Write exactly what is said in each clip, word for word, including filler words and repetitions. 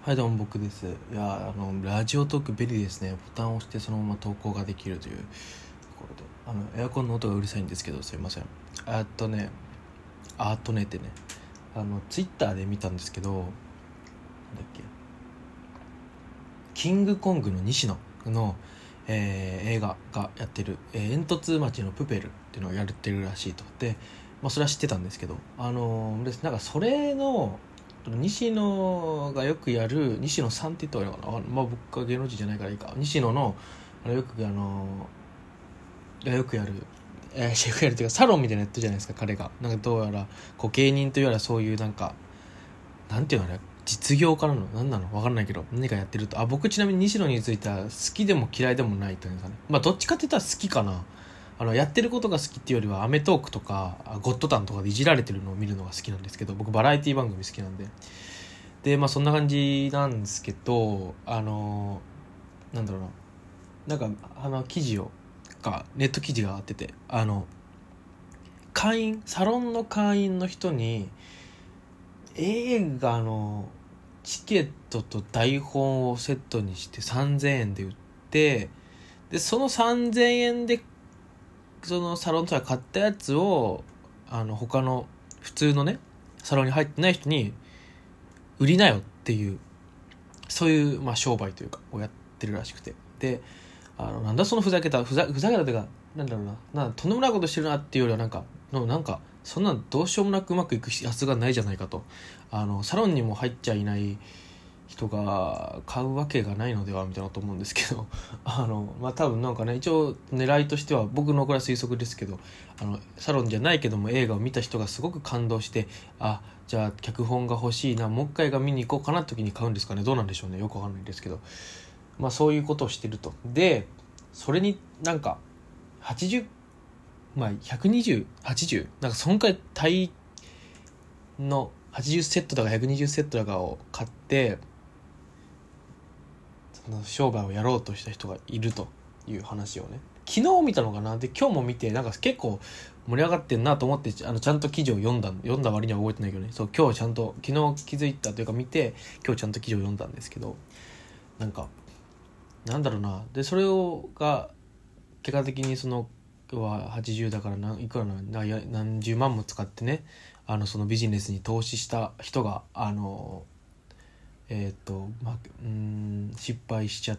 はいどうも僕です。いやあのラジオトーク便利ですね。ボタンを押してそのまま投稿ができるというところで、あのエアコンの音がうるさいんですけどすいません。あとねあとねってねあのツイッターで見たんですけど、なんだっけキングコングの西野の、えー映画がやってる、えー煙突町のプペルっていうのをやってるらしいと。で、まあ、それは知ってたんですけど、あのー、でなんかそれの西野がよくやる西野さんって言ったらいいのかな、まあ、僕は芸能人じゃないからいいか、西野のあのよくあのー、よくやるえー、よくやるっていうかサロンみたいなのやってるじゃないですか彼が。なんかどうやらこう芸人というよりはそういうなんかなんていうのあれ実業家なの何なの分かんないけど何かやってると。あ僕ちなみに西野については好きでも嫌いでもないというかね、まあどっちかって言ったら好きかな。あのやってることが好きっていうよりはアメトークとかゴッドタンとかでいじられてるのを見るのが好きなんですけど、僕バラエティ番組好きなんで。でまあそんな感じなんですけど、あのなんだろうななんかあの記事をがネット記事があってて、あの会員サロンの会員の人に映画のチケットと台本をセットにしてさんぜんえんで売って、でそのさんぜんえんでそのサロンとか買ったやつをあの他の普通のねサロンに入ってない人に売りなよっていう、そういう、まあ、商売というかをやってるらしくて、であのなんだそのふざけたふざふざけたというかなんだろうななんとんでもないことしてるなっていうよりはなんかのなんかそんなどうしようもなくうまくいくやつがないじゃないかと。あのサロンにも入っちゃいない人が買うわけがないのではみたいなと思うんですけどあのまあ多分なんかね一応狙いとしては僕のこれは推測ですけど、あのサロンじゃないけども映画を見た人がすごく感動して、あじゃあ脚本が欲しいなもう一回が見に行こうかなって時に買うんですかね。どうなんでしょうね、よくわかんないですけど、まあそういうことをしてると。でそれになんかはちじゅうまあひゃくにじゅう、はちじゅうなんかそんくらい対のはちじゅうセットだかひゃくにじゅうセットだかを買ってその商売をやろうとした人がいるという話をね昨日見たのかな。で今日も見てなんか結構盛り上がってんなと思って、あのちゃんと記事を読んだ読んだ割には覚えてないけどね、そう今日ちゃんと昨日気づいたというか見て今日ちゃんと記事を読んだんですけど、なんかなんだろうな。でそれをが結果的にそのははちじゅうだから何いくらな何十万も使ってね、あのそのビジネスに投資した人があのえっ、ー、とまあうん失敗しちゃって、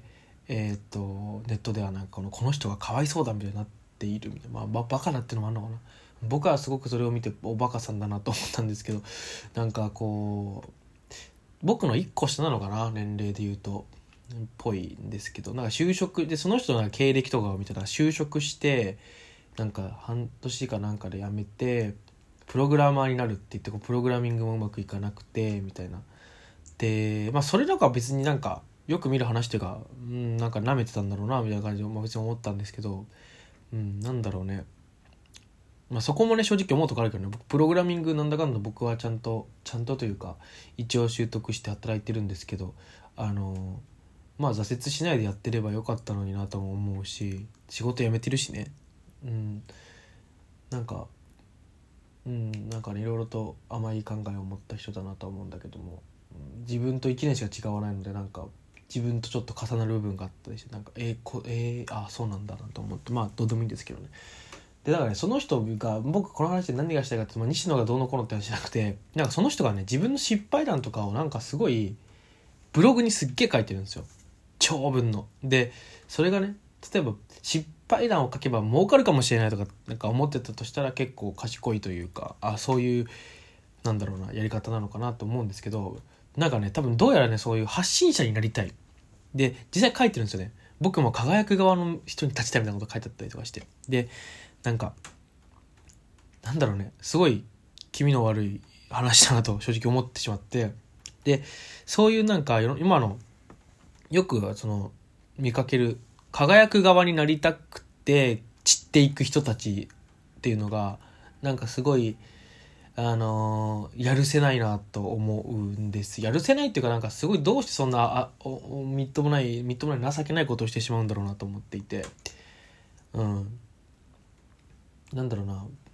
えっ、ー、とネットではなんかこのこの人がかわいそうだみたいになっているみたいな、まあバカだっていうのもあるのかな。僕はすごくそれを見ておバカさんだなと思ったんですけど、なんかこう僕のいっこ下なのかな年齢で言うとっぽいんですけど、なんか就職でその人の経歴とかを見たら就職してなんか半年かなんかで辞めてプログラマーになるって言ってプログラミングもうまくいかなくてみたいな。でまあそれなんか別になんかよく見る話というか、うん、なんか舐めてたんだろうなみたいな感じで、まあ、別に思ったんですけど、うん、なんだろうね。まあそこもね正直思うとこあるけどね、僕プログラミングなんだかんだ僕はちゃんとちゃんとというか一応習得して働いてるんですけど、あのまあ挫折しないでやってればよかったのになとも思うし、仕事辞めてるしね。うんなんかうんなんかねいろいろと甘い考えを持った人だなと思うんだけども、自分といちねんしか違わないのでなんか自分とちょっと重なる部分があったりしてなんかえー、こえー、あそうなんだなと思って、まあどうでもいいんですけどね。でだからねその人が僕この話で何がしたいかって、まあ、西野がどうのこうのって話じゃなくて、なんかその人がね自分の失敗談とかをなんかすごいブログにすっげえ書いてるんですよ、長文の。でそれがね例えば失敗談を書けば儲かるかもしれないとかなんか思ってたとしたら結構賢いというか、あそういうなんだろうなやり方なのかなと思うんですけど、なんかね多分どうやらねそういう発信者になりたいで実際書いてるんですよね。僕も輝く側の人に立ちたいみたいなこと書いてあったりとかして、でなんかなんだろうねすごい気味の悪い話だなと正直思ってしまって、でそういうなんか今のよくその見かける輝く側になりたくて散っていく人たちっていうのがなんかすごいあのー、やるせないなと思うんです。やるせないっていうかなんかすごいどうしてそんなあおみっともないみっともない情けないことをしてしまうんだろうなと思っていて、うんなんだろうな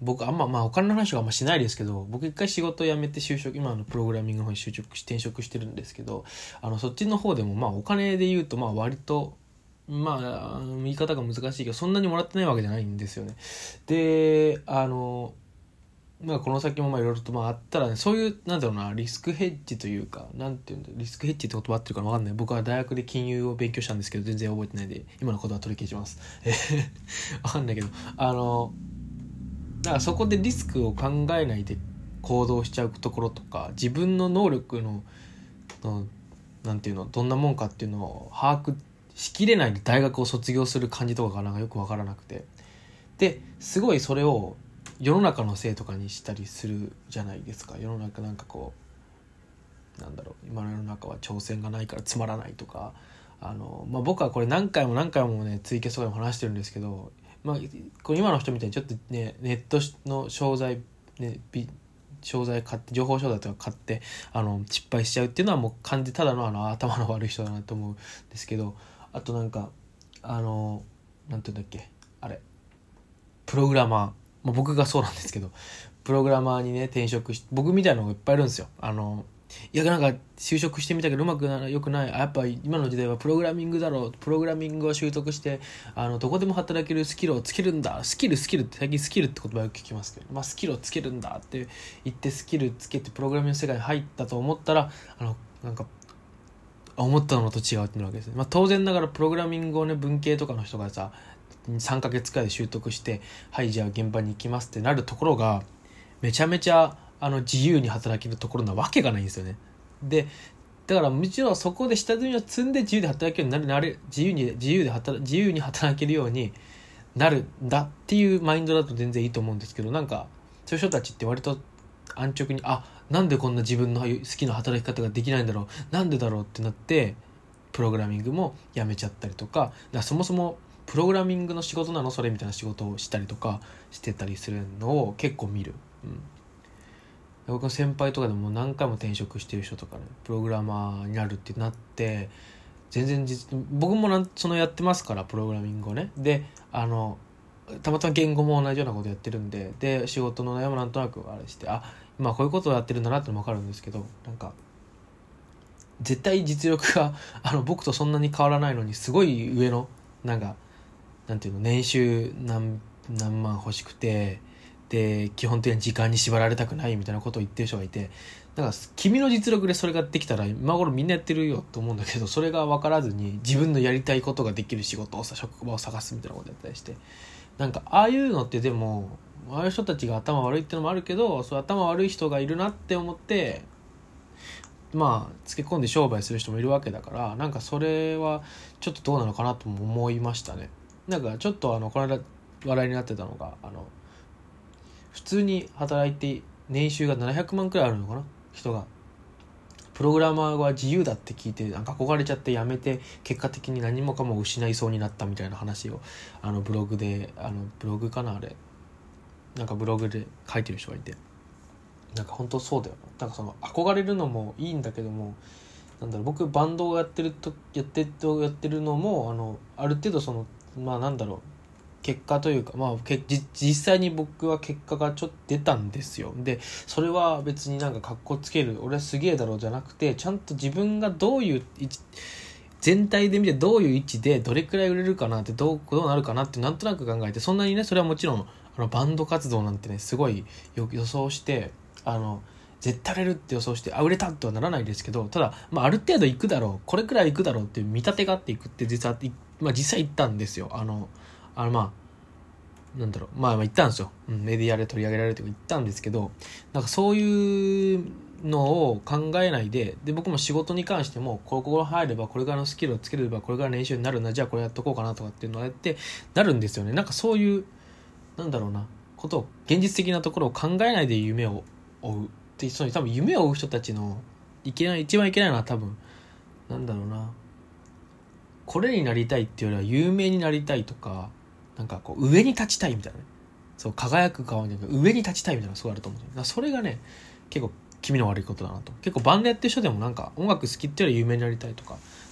僕あんままあお金の話はあんましないですけど、僕一回仕事を辞めて就職、今のプログラミングの方に就職し転職してるんですけど、あのそっちの方でもまあお金で言うとまあ割とまあ言い方が難しいけどそんなにもらってないわけじゃないんですよね。であのまあこの先もまあいろいろとまああったらね、そういうなんだろうな、リスクヘッジというか、なんていうんだ、リスクヘッジって言葉合ってるか分かんない。僕は大学で金融を勉強したんですけど全然覚えてないで今の言葉取り消します。分かんないけど、あのだからそこでリスクを考えないで行動しちゃうところとか、自分の能力ののなんていうの、どんなもんかっていうのを把握しきれないで大学を卒業する感じとかがなんかよく分からなくて、ですごいそれを世の中のせいとかにしたりするじゃないですか。世の中なんかこうなんだろう、今の世の中は挑戦がないからつまらないとか、あの、まあ、僕はこれ何回も何回もねツイキャスとかでも話してるんですけど、まあ、こう今の人みたいにちょっとねネットの商材、ね、商材買って情報商材とか買ってあの失敗しちゃうっていうのはもう完全にただの、あの頭の悪い人だなと思うんですけど、あとなんかあのなんていうんだっけあれプログラマー、まあ、僕がそうなんですけどプログラマーにね転職し、僕みたいなのがいっぱいいるんですよ。あのいやなんか就職してみたけどうまくならよくない、あやっぱ今の時代はプログラミングだろう、プログラミングを習得してあのどこでも働けるスキルをつけるんだ、スキルスキルって最近スキルって言葉を聞きますけど、まあ、スキルをつけるんだって言ってスキルつけてプログラミングの世界に入ったと思ったら、あのなんか思ったのと違うっていうわけですね。まあ、当然ながらプログラミングをね文系とかの人がささんかげつくらいで習得してはいじゃあ現場に行きますってなるところがめちゃめちゃあの自由に働けるところなわけがないんですよね。でだからもちろんそこで下積みを積んで自由で働けるようになる、なれ自由に自由で働自由に働けるようになるんだっていうマインドだと全然いいと思うんですけど、なんかそういう人たちって割と安直にあなんでこんな自分の好きな働き方ができないんだろう、なんでだろうってなってプログラミングもやめちゃったりとか、だからそもそもプログラミングの仕事なのそれみたいな仕事をしたりとかしてたりするのを結構見る、うん、僕の先輩とかでも何回も転職してる人とかねプログラマーになるってなって全然実僕もなんそのやってますからプログラミングをね、であのたまたま言語も同じようなことやってるんで、で仕事の悩みもなんとなくあれしてあまあこういうことをやってるんだなってのも分かるんですけど、なんか絶対実力があの僕とそんなに変わらないのにすごい上のなんかなんていうの年収 何, 何万欲しくてで基本的に時間に縛られたくないみたいなことを言ってる人がいて、だから君の実力でそれができたら今頃みんなやってるよと思うんだけど、それが分からずに自分のやりたいことができる仕事をさ職場を探すみたいなことやったりして、なんかああいうのってでもああいう人たちが頭悪いってのもあるけど、そう頭悪い人がいるなって思ってまあつけ込んで商売する人もいるわけだから、なんかそれはちょっとどうなのかなとも思いましたね。なんかちょっとあのこの間話題になってたのが、あの普通に働いて年収がななひゃくまんくらいあるのかな人がプログラマーは自由だって聞いてなんか憧れちゃってやめて結果的に何もかも失いそうになったみたいな話をあのブログであのブログかなあれなんかブログで書いてる人がいて、なんか本当そうだよな。なんかその憧れるのもいいんだけども、なんだろう僕バンドをやってるとやってとやってるのもあのある程度そのまあなんだろう結果というかまあけ実際に僕は結果がちょっと出たんですよ。でそれは別になんか格好つける俺はすげえだろうじゃなくて、ちゃんと自分がどういう位置全体で見てどういう位置でどれくらい売れるかなってどうどうなるかなってなんとなく考えて、そんなにねそれはもちろんあのバンド活動なんてねすごい予想してあの絶対売れるって予想してあ売れたとはならないですけど、ただ、まあ、ある程度いくだろうこれくらいいくだろうっていう見立てがあっていくって実は、まあ、実際行ったんですよ。あのあのまあなんだろうまあまあ言ったんですよ、うん、メディアで取り上げられるとか言ったんですけど、なんかそういうのを考えないでで僕も仕事に関してもここ入ればこれからのスキルをつければこれから練習になるなじゃあこれやっとこうかなとかっていうのをやってなるんですよね。なんかそういうなんだろうなことを現実的なところを考えないで夢を追うってその多分夢を追う人たちのいけない一番いけないのは多分なんだろうなこれになりたいっていうよりは有名になりたいとかなんかこう上に立ちたいみたいなねそう輝く顔に上に立ちたいみたいなのがすごいあると思うんですよ。だからそれがね結構気味の悪いことだなと。結構バンドやってる人でもなんか音楽好きっていうより有名になりたいとか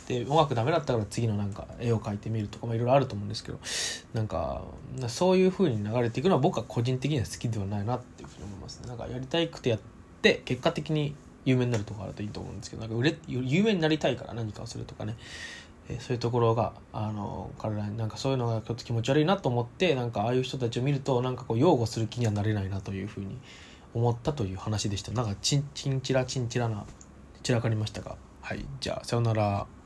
で音楽ダメだったから次のなんか絵を描いてみるとかもいろいろあると思うんですけど、なんかそういう風に流れていくのは僕は個人的には好きではないなっていうふうに思いますね。なんかやりたいくてやって結果的に有名になるところあるといいと思うんですけど、なんか売れ有名になりたいから何かをするとかね、えー、そういうところがあの彼らになんかそういうのがちょっと気持ち悪いなと思って、なんかああいう人たちを見るとなんかこう擁護する気にはなれないなというふうに思ったという話でした。なんかチンチンチラチンチラな散らかりましたが、はい、じゃあさようなら。